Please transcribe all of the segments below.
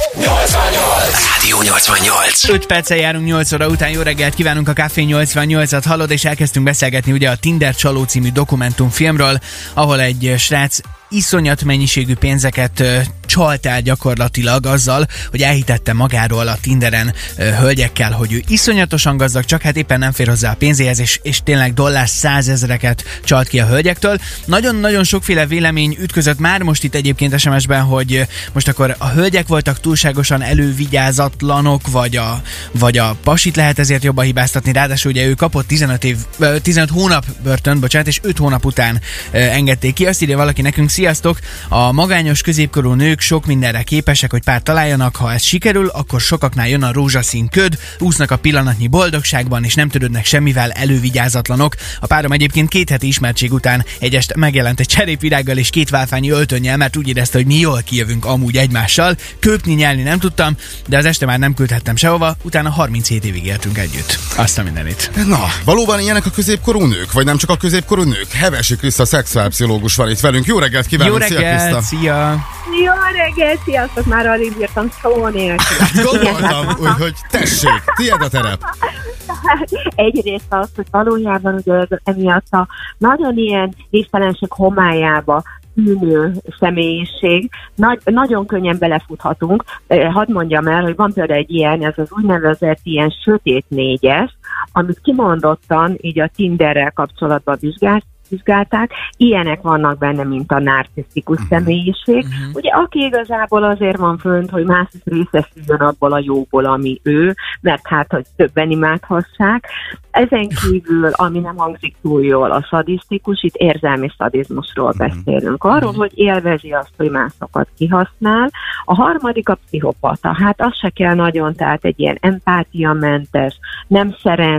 Rádió 88. 5 perccel járunk 8 óra után. Jó reggelt kívánunk, a Café 88-at hallod, és elkezdtünk beszélgetni ugye a Tinder csaló című dokumentumfilmről, ahol egy srác iszonyat mennyiségű pénzeket csalt el gyakorlatilag azzal, hogy elhitette magáról a Tinderen hölgyekkel, hogy ő iszonyatosan gazdag, csak hát éppen nem fér hozzá a pénzéhez, és tényleg dollár 100 000-eket csalt ki a hölgyektől. Nagyon-nagyon sokféle vélemény ütközött már most itt egyébként SMS-ben, hogy most akkor a hölgyek voltak túlságosan elővigyázatlanok, vagy a pasit lehet ezért jobban hibáztatni. Ráadásul ugye ő kapott 15 hónap börtön, és 5 hónap után engedték ki. Azt írja valaki nekünk: sziasztok! A magányos középkorú nők sok mindenre képesek, hogy párt találjanak. Ha ez sikerül, akkor sokaknál jön a rózsaszín köd, úsznak a pillanatnyi boldogságban, és nem törődnek semmivel, elővigyázatlanok. A párom egyébként 2 heti ismertség után egy este megjelent egy cserépvirággal és 2 válfányi öltönnyel, mert úgy érezte, hogy mi jól kijövünk amúgy egymással. Köpni, nyelni nem tudtam, de az este már nem küldhettem sehova, utána 37 évig éltünk együtt. Azt a mindenit. Na, valóban ilyenek a középkorú nők? Vagy nem csak a középkorú nők? Hevesi Kriszta, szexuálpszichológus van itt velünk. Jó reggelt kívánunk! Jó reggelt, szia! Jó reggelt, sziasztok, már alig bírtam szó nélkül. Gondoltam, úgyhogy tessék, tiéd a terep. Egyrészt az, hogy valójában ugye emiatt a nagyon ilyen résztelenség homályába tűnő személyiség, nagyon könnyen belefuthatunk. Hadd mondjam el, hogy van például egy ilyen, ez az úgynevezett ilyen sötét 4-es, amit kimondottan így a Tinderrel kapcsolatban vizsgálták, ilyenek vannak benne, mint a narcisztikus személyiség. Ugye aki igazából azért van fönt, hogy más is részesüljön abból a jóból, ami ő, mert hát, hogy többen imádhassák. Ezen kívül, ami nem hangzik túl jól, a szadisztikus, itt érzelmi szadizmusról beszélünk. Arról, hogy élvezi azt, hogy másokat kihasznál. A harmadik a pszichopata. Hát az se kell nagyon, tehát egy ilyen empátiamentes, nem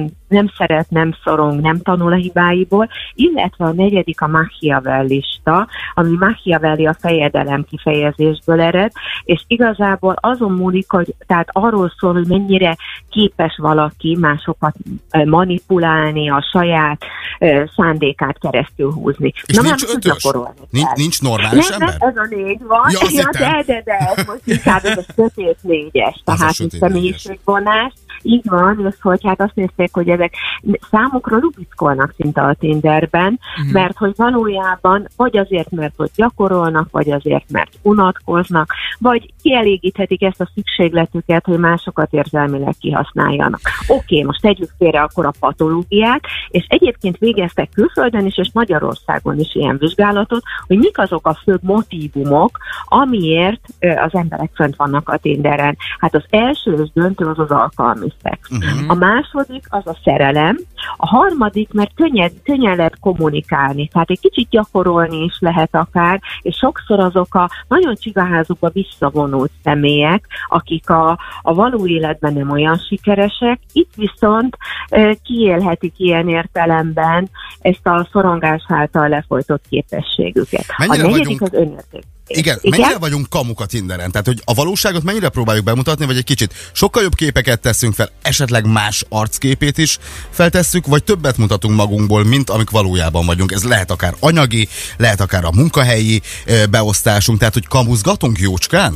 szeret, nem szorong, nem tanul a hibáiból, illetve a 4. a machiavellista, ami Machiavelli a fejedelem kifejezésből ered, és igazából azon múlik, hogy tehát arról szól, hogy mennyire képes valaki másokat manipulálni, a saját szándékát keresztül húzni. És na, nincs 5-ös? Nincs normális ember? Nem, ez a 4 van. Ja, de, ez most inkább ez a sötét 4-es, tehát személyiségvonás. Így van, és hogy hát azt nézték, hogy ezek számukra lubickolnak szinte a Tinderben, mert hogy valójában vagy azért, mert hogy gyakorolnak, vagy azért, mert unatkoznak, vagy kielégíthetik ezt a szükségletüket, hogy másokat érzelmileg kihasználjanak. Oké, most tegyük félre akkor a patológiát, és egyébként végeztek külföldön is, és Magyarországon is ilyen vizsgálatot, hogy mik azok a főbb motívumok, amiért az emberek fönt vannak a Tinderen. Hát az első és döntő az alkalmi szex. A második az a szerelem, a harmadik, mert könnyen lehet kommunikálni, tehát egy kicsit gyakorolni is lehet akár, és sokszor azok a nagyon csigaházukba visszavonult személyek, akik a való életben nem olyan sikeresek, itt viszont kiélhetik ilyen értelemben ezt a szorongás által lefolytott képességüket. Mennyire a negyedik az önérték. Igen, mennyire vagyunk kamuk a Tinderen? Tehát, hogy a valóságot mennyire próbáljuk bemutatni, vagy egy kicsit sokkal jobb képeket teszünk fel, esetleg más arcképét is feltesszük, vagy többet mutatunk magunkból, mint amik valójában vagyunk. Ez lehet akár anyagi, lehet akár a munkahelyi beosztásunk, tehát, hogy kamuzgatunk jócskán?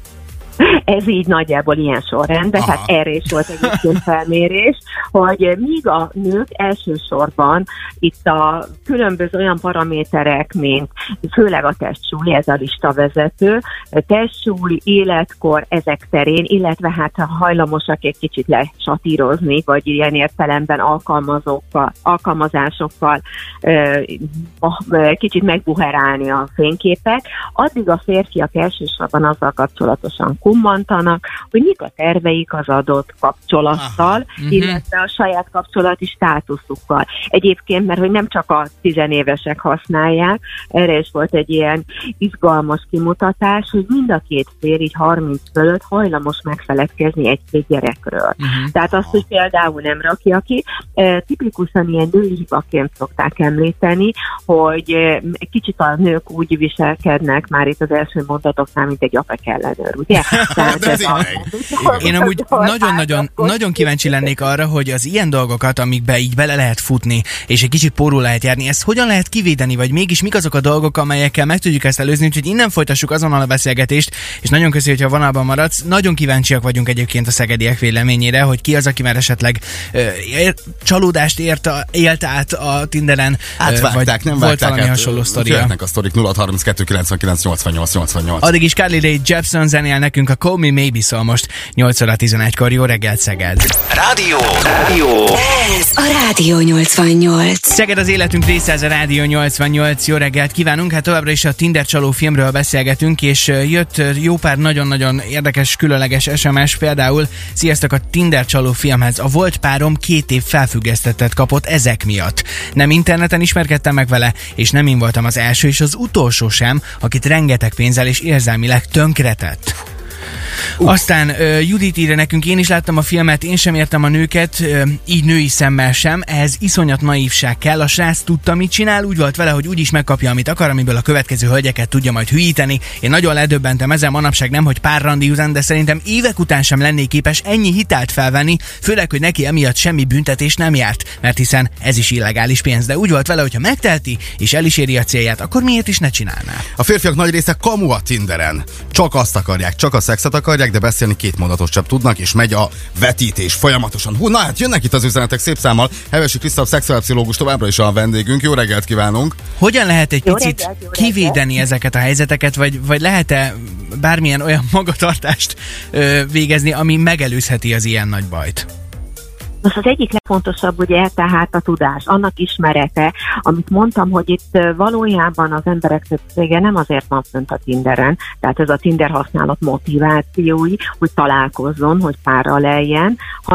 Ez így nagyjából ilyen sorrendben, tehát erre is volt egyébként felmérés, hogy míg a nők elsősorban itt a különböző olyan paraméterek, mint főleg a testsúly, ez a listavezető, testsúly, életkor ezek terén, illetve hát hajlamosak egy kicsit lesatírozni, vagy ilyen értelemben alkalmazásokkal kicsit megbuherálni a fényképet, addig a férfiak elsősorban azzal kapcsolatosan kummantanak, hogy mik a terveik az adott kapcsolattal, illetve a saját kapcsolati státuszukkal. Egyébként, mert hogy nem csak a 10 évesek használják, erre is volt egy ilyen izgalmas kimutatás, hogy mind a két fél így 30 fölött hajlamos megfeledkezni egy-két gyerekről. Tehát azt, hogy például nem rakja ki, tipikusan ilyen női hibaként szokták említeni, hogy kicsit a nők úgy viselkednek már itt az első mondatoknál, mint egy APEC ellenőr, ugye? Én amúgy nagyon kíváncsi lennék arra, hogy az ilyen dolgokat, amikbe így bele lehet futni, és egy kicsit pórul lehet járni, ezt hogyan lehet kivédeni, vagy mégis mik azok a dolgok, amelyekkel meg tudjuk ezt előzni, úgyhogy innen folytassuk azonnal a beszélgetést, és nagyon köszi, hogyha vonalban maradsz. Nagyon kíváncsiak vagyunk egyébként a szegediek véleményére, hogy ki az, aki már esetleg csalódást élt át a Tinderen, átvágták, nem volt valami hasonló sztoria. Jöhetnek a sztorik 032 99 88 88. Addig is Carly Rae Jepsen zenél nekünk a Call Me Maybe, szól most 8:11-kor. Jó reggelt, Szeged! Rádió! Ez a Rádió 88. Szeged az életünk része, ez a Rádió 88. Jó reggelt kívánunk! Hát továbbra is a Tinder csaló filmről beszélgetünk, és jött jó pár nagyon-nagyon érdekes, különleges SMS, például sziasztok, a Tinder csaló filmhez a volt párom 2 év felfüggesztettet kapott ezek miatt. Nem interneten ismerkedtem meg vele, és nem én voltam az első és az utolsó sem, akit rengeteg pénzzel és érzelmileg tönkretett. Aztán Judit írja nekünk, én is láttam a filmet, én sem értem a nőket, így női szemmel sem, ehhez iszonyat naívság kell, a srác tudta, mit csinál, úgy volt vele, hogy úgyis megkapja, amit akar, amiből a következő hölgyeket tudja majd hülyíteni. Én nagyon ledöbbentem ezen, manapság nem, hogy pár randi üzem, de szerintem évek után sem lennék képes ennyi hitelt felvenni, főleg, hogy neki emiatt semmi büntetés nem járt, mert hiszen ez is illegális pénz, de úgy volt vele, hogyha megteheti és el is éri a célját, akkor miért is ne csinálná? A férfiak nagy része kamu a Tinderen. Csak azt akarják, csak a szexet akarják, de beszélni 2 mondatot sem tudnak, és megy a vetítés folyamatosan. Na hát jönnek itt az üzenetek szép számmal. Hevesi Krisztáf, szexuálpszichológus továbbra is a vendégünk. Jó reggelt kívánunk! Hogyan lehet egy picit kivédeni ezeket a helyzeteket, vagy lehet-e bármilyen olyan magatartást végezni, ami megelőzheti az ilyen nagy bajt? Most az egyik legfontosabb ugye tehát a tudás, annak ismerete, amit mondtam, hogy itt valójában az emberek többsége nem azért van fönt a Tinderen, tehát ez a Tinder használat motivációi, hogy találkozzon, hogy párral lejjen,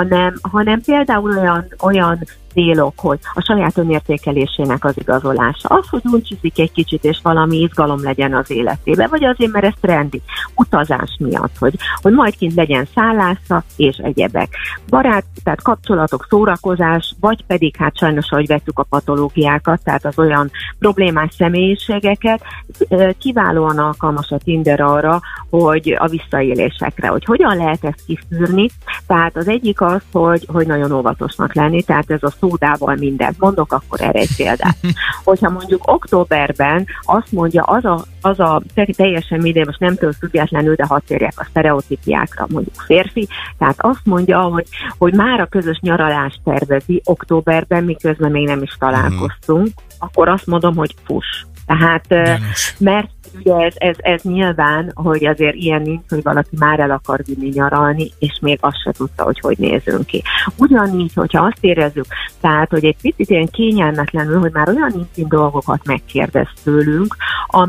hanem például olyan célok, hogy a saját önértékelésének az igazolása. Az, hogy uncsizik egy kicsit, és valami izgalom legyen az életében, vagy azért, mert ez trendi. Utazás miatt, hogy majd kint legyen szállásza, és egyebek. Tehát kapcsolatok, szórakozás, vagy pedig hát sajnos, ahogy vettük a patológiákat, tehát az olyan problémás személyiségeket, kiválóan alkalmas a Tinder arra, hogy a visszaélésekre, hogy hogyan lehet ezt kiszűrni. Tehát az egyik az, hogy nagyon óvatosnak lenni, tehát ez a szódával mindent. Mondok akkor erre egy példát. Hogyha mondjuk októberben azt mondja, az a teljesen mindegy, most nemtől függetlenül, de hadd térjek a sztereotípiákra, mondjuk férfi, tehát azt mondja, hogy már a közös nyaralást tervezi októberben, miközben még nem is találkoztunk, akkor azt mondom, hogy fuss. Tehát, mert ugye ez nyilván, hogy azért ilyen nincs, hogy valaki már el akar vinni nyaralni, és még azt se tudta, hogy nézünk ki. Ugyanígy, hogyha azt érezzük, tehát, hogy egy picit ilyen kényelmetlenül, hogy már olyan intim dolgokat megkérdez tőlünk,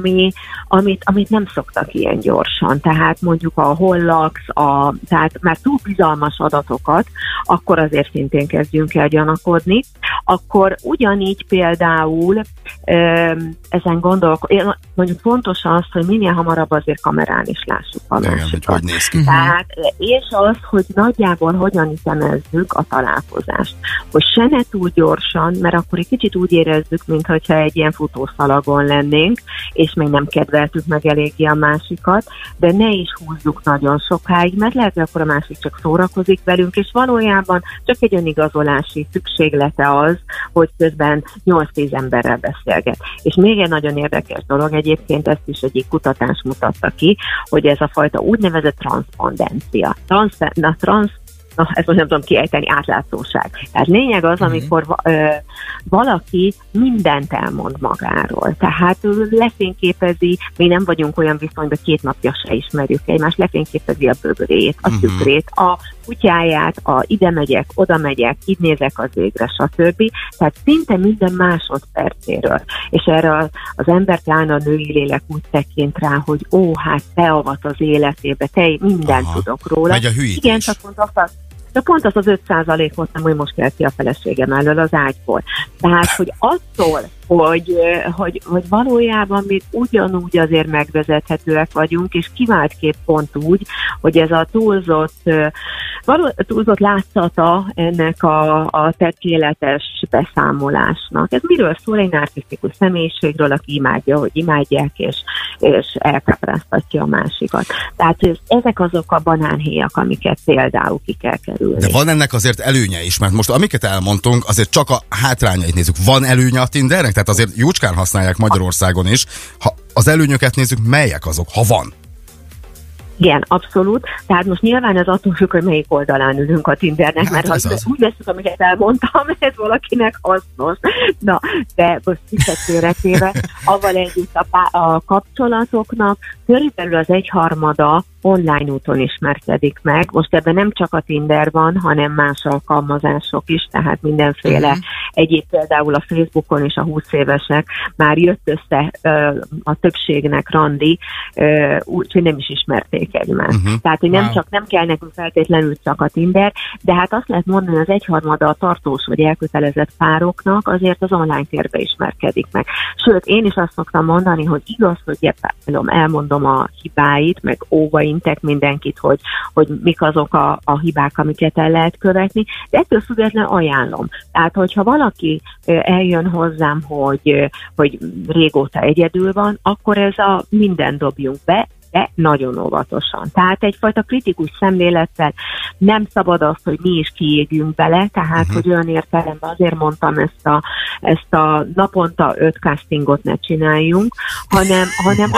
amit nem szoktak ilyen gyorsan. Tehát mondjuk a hol laksz, tehát már túl bizalmas adatokat, akkor azért szintén kezdjünk el gyanakodni. Akkor ugyanígy például ezen mondjuk fontos az, hogy minél hamarabb azért kamerán is lássuk a másikat. hogy néz ki. Tehát, és az, hogy nagyjából hogyan ütemezzük a találkozást. Hogy se ne túl gyorsan, mert akkor egy kicsit úgy érezzük, mintha egy ilyen futószalagon lennénk, és még nem kedveltük meg eléggé a másikat, de ne is húzzuk nagyon sokáig, mert lehet, hogy akkor a másik csak szórakozik velünk, és valójában csak egy önigazolási szükséglete az, hogy közben 8-10 emberrel beszélget. És még egy nagyon érdekes dolog, egyébként ezt is egyik kutatás mutatta ki, hogy ez a fajta úgynevezett transzpondencia. Ezt most nem tudom kiejteni, átlátszóság. Tehát lényeg az, amikor valaki mindent elmond magáról. Tehát lefényképezi, mi nem vagyunk olyan viszonyban, 2 napja se ismerjük egymást, lefényképezi a bögrét, a tükrét, a kutyáját, ide megyek, oda megyek, így nézek az égre, stb. Tehát szinte minden másodpercéről. És erre az ember, pláne a női lélek úgy tekint rá, hogy hát beavat az életébe, mindent tudok róla. Megy a hülyítés. Igen, csak pont az 5% voltam, hogy most kell ki a feleségem elől az ágyból. Tehát, hogy attól, hogy valójában még ugyanúgy azért megvezethetőek vagyunk, és kivált kép pont úgy, hogy ez a túlzott túlzott látszata ennek a tökéletes beszámolásnak. Ez miről szól? Egy narcisztikus személyiségről, aki imádja, hogy imádják, és elkápráztatja a másikat. Tehát ezek azok a banánhéjak, amiket például ki kell kerülni. De van ennek azért előnye is, mert most amiket elmondtunk, azért csak a hátrányait nézzük. Van előnye a Tindernek? Tehát azért jócskán használják Magyarországon is. Ha az előnyöket nézzük, melyek azok, ha van? Igen, abszolút. Tehát most nyilván ez attól függ, hogy melyik oldalán ülünk a Tindernek, hát mert ha úgy veszük, amiket elmondtam, ez valakinek hasznos. Na, de most visszatérve, avval együtt a kapcsolatoknak körülbelül az 1/3 online úton ismerkedik meg. Most ebben nem csak a Tinder van, hanem más alkalmazások is, tehát mindenféle egyéb, például a Facebookon is a 20 évesek már jött össze a többségnek randi, úgyhogy nem is ismerték egymást. Tehát, hogy nem kell nekünk feltétlenül csak a Tinder, de hát azt lehet mondani, hogy az 1/3 a tartós vagy elkötelezett pároknak azért az online térbe ismerkedik meg. Sőt, én is azt szoktam mondani, hogy igaz, hogy elmondom a hibáit, meg óvaintek mindenkit, hogy mik azok a hibák, amiket el lehet követni, de ettől függetlenül ajánlom. Tehát, hogyha valaki eljön hozzám, hogy régóta egyedül van, akkor ez a minden dobjunk be, de nagyon óvatosan. Tehát egyfajta kritikus szemlélettel nem szabad azt, hogy mi is kiégünk bele, tehát hogy olyan értelemben azért mondtam ezt a naponta 5 castingot ne csináljunk, hanem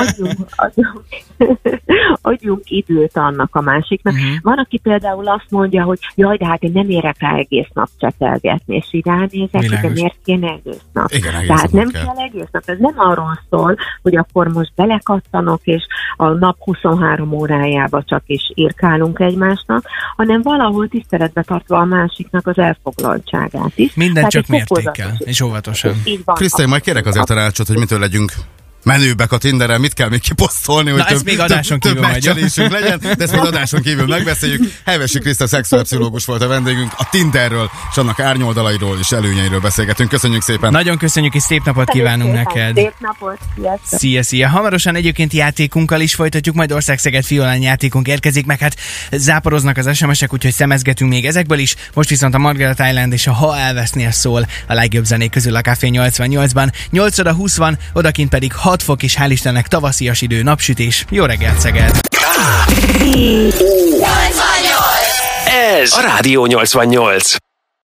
adjunk időt annak a másiknak. Van, aki például azt mondja, hogy jaj, de hát én nem érek rá egész nap csetelgetni, és így ránézek, de miért kéne egész nap? Igen, tehát nem kell egész nap. Ez nem arról szól, hogy akkor most belekattanok, és a nap 23 órájába csak is írkálunk egymásnak, hanem valahol tiszteletbe tartva a másiknak az elfoglaltságát is. Minden csak mértékkel, és óvatosan. Kriszta, majd kérek azért tanácsot, hogy mitől legyünk menőbbek a Tinderen, mit kell még kiposztolni, hogy több meccselésünk legyen, de ezt még adáson kívül megbeszéljük. Helvesi Kriszta szexuálpszichológus volt a vendégünk, a Tinderről és annak árnyoldalairól és előnyeiről beszélgetünk. Köszönjük szépen! Nagyon köszönjük, és szép napot kívánunk neked! Szép napot! Sziasztok! Szia! Hamarosan egyébként játékunkkal is folytatjuk, majd Országszeged Fiolán játékunk érkezik, meg hát záporoznak az SMS-ek, úgyhogy szemezgetünk még ezekből is. Most viszont a Margaret Island és a Ha elvesznél szól a legjobb zenék közül a Café 88-ban. 8:20 van, odakint pedig 6 fok, és hál' Istennek tavaszias idő, napsütés. Jó reggelt, Szeged! Ez a Rádió 88.